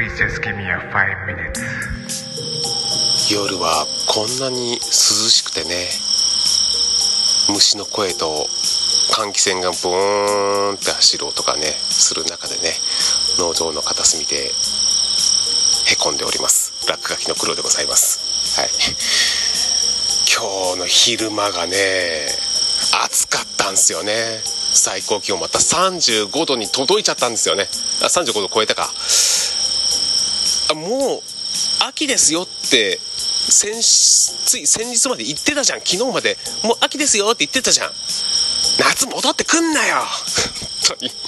Please just give me a 5 minutes. 夜はこんなに涼しくてね、虫の声と換気扇がボーンって走る音がねする中でね、農場の片隅でへこんでおります。落書きの黒でございます。はい。今日の昼間がね暑かったんですよね。最高気温また35度に届いちゃったんですよね。35度超えたか。もう秋ですよってつい先日まで言ってたじゃん。昨日までもう秋ですよって言ってたじゃん。夏戻ってくんなよ本当に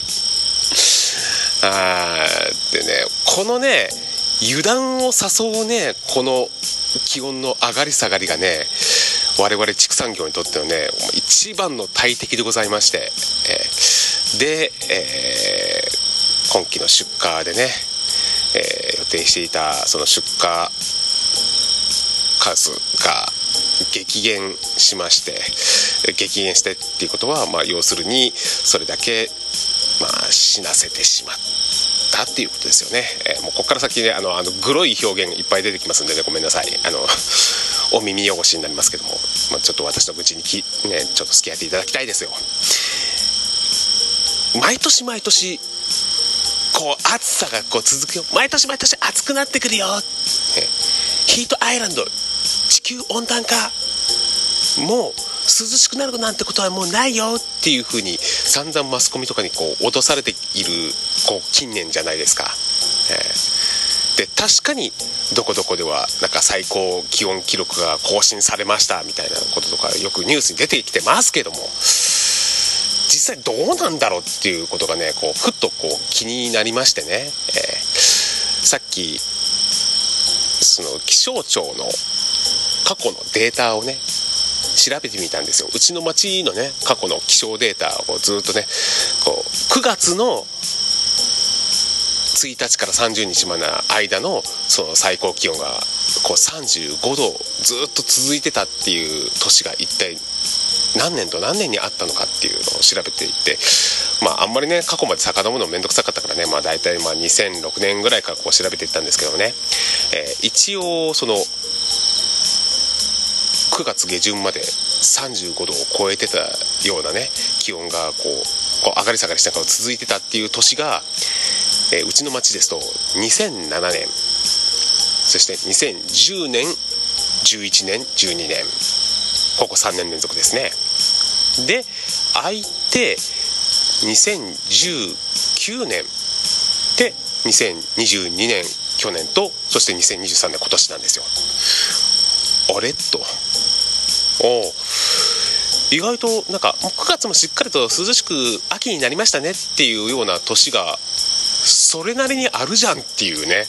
でね、このね油断を誘うねこの気温の上がり下がりがね、我々畜産業にとってのね一番の大敵でございまして、で、今期の出荷でね、予定していたその出荷数が激減しまして、激減してっていうことは、要するにそれだけ、死なせてしまったっていうことですよね。もうここから先ねグロい表現いっぱい出てきますんでね、ごめんなさい。お耳汚しになりますけども、ちょっと私の愚痴にちょっと付き合っていただきたいですよ。毎年毎年こう暑さがこう続くよ。毎年毎年暑くなってくるよ。ヒートアイランド、地球温暖化、もう涼しくなるなんてことはもうないよっていう風に散々マスコミとかにこう脅されているこう近年じゃないですか。で確かにどこどこではなんか最高気温記録が更新されましたみたいなこととかよくニュースに出てきてますけども、実際どうなんだろうっていうことがねこうふっとこう気になりましてね、さっきその気象庁の過去のデータをね調べてみたんですよ。うちの町のね過去の気象データをずっとねこう9月の1日から30日までの間のその最高気温がこう35度ずっと続いてたっていう年が一体何年と何年にあったのかっていうのを調べていって、あんまりね過去まで遡るのめんどくさかったからね、大体2006年ぐらいからこう調べていったんですけどね、一応その9月下旬まで35度を超えてたようなね気温がこう上がり下がりしながら続いてたっていう年が、うちの町ですと2007年、そして2010年、11年、12年、ここ3年連続ですね。で空いて2019年で2022年去年と、そして2023年今年なんですよ。あれと意外となんか9月もしっかりと涼しく秋になりましたねっていうような年がそれなりにあるじゃんっていうね、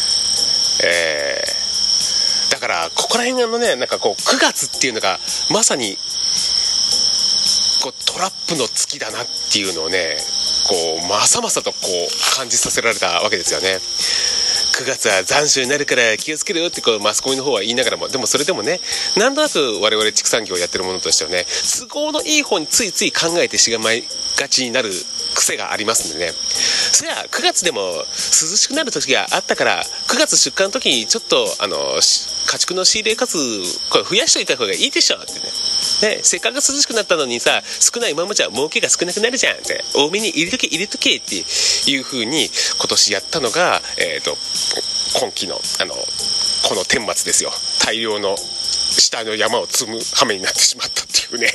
だからここら辺のねなんかこう9月っていうのがまさにこうトラップの月だなっていうのをねこうまさまさとこう感じさせられたわけですよね。9月は残暑になるから気をつけるよってこうマスコミの方は言いながらも、でもそれでもねなんとなく我々畜産業をやってるものとしてはね都合のいい方についつい考えてしまいがちになる癖がありますんでね、そりゃ9月でも涼しくなる時があったから9月出荷の時にちょっと家畜の仕入れ数これ増やしといた方がいいでしょってね、せっかく涼しくなったのにさ少ないままじゃ儲けが少なくなるじゃんって多めに入れとけっていう風に今年やったのが、今期のこの顛末ですよ。大量の下の山を積む羽目になってしまったっていうね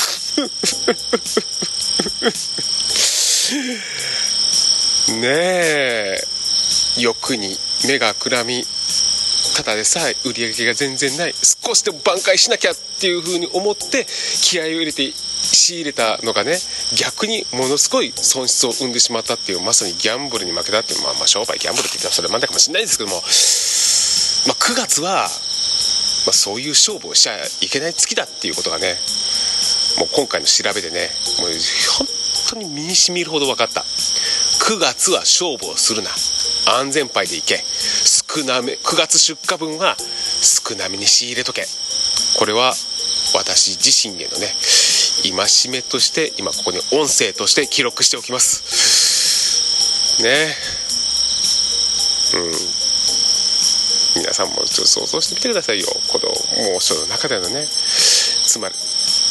ねえ、欲に目がくらみ、ただでさえ売り上げが全然ない、少しでも挽回しなきゃっていう風に思って気合を入れて仕入れたのがね逆にものすごい損失を生んでしまったっていう、まさにギャンブルに負けたっていう、商売ギャンブルって言ったらそれまでかもしれないですけども、9月は、そういう勝負をしちゃいけない月だっていうことがねもう今回の調べでねもう本当に身に染みるほど分かった。9月は勝負をするな、安全牌でいけ、少なめ9月出荷分は少なめに仕入れとけ。これは私自身へのね戒めとして今ここに音声として記録しておきますね。 皆さんもちょっと想像してみてくださいよ。この猛暑の中でのね、つまり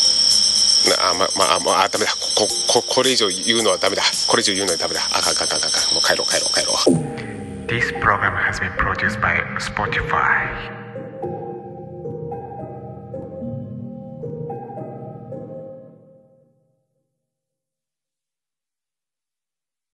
ダメだ、これ以上言うのはダメだ、これ以上言うのはダメだ、あかん、もう帰ろう。 This program has been produced by Spotify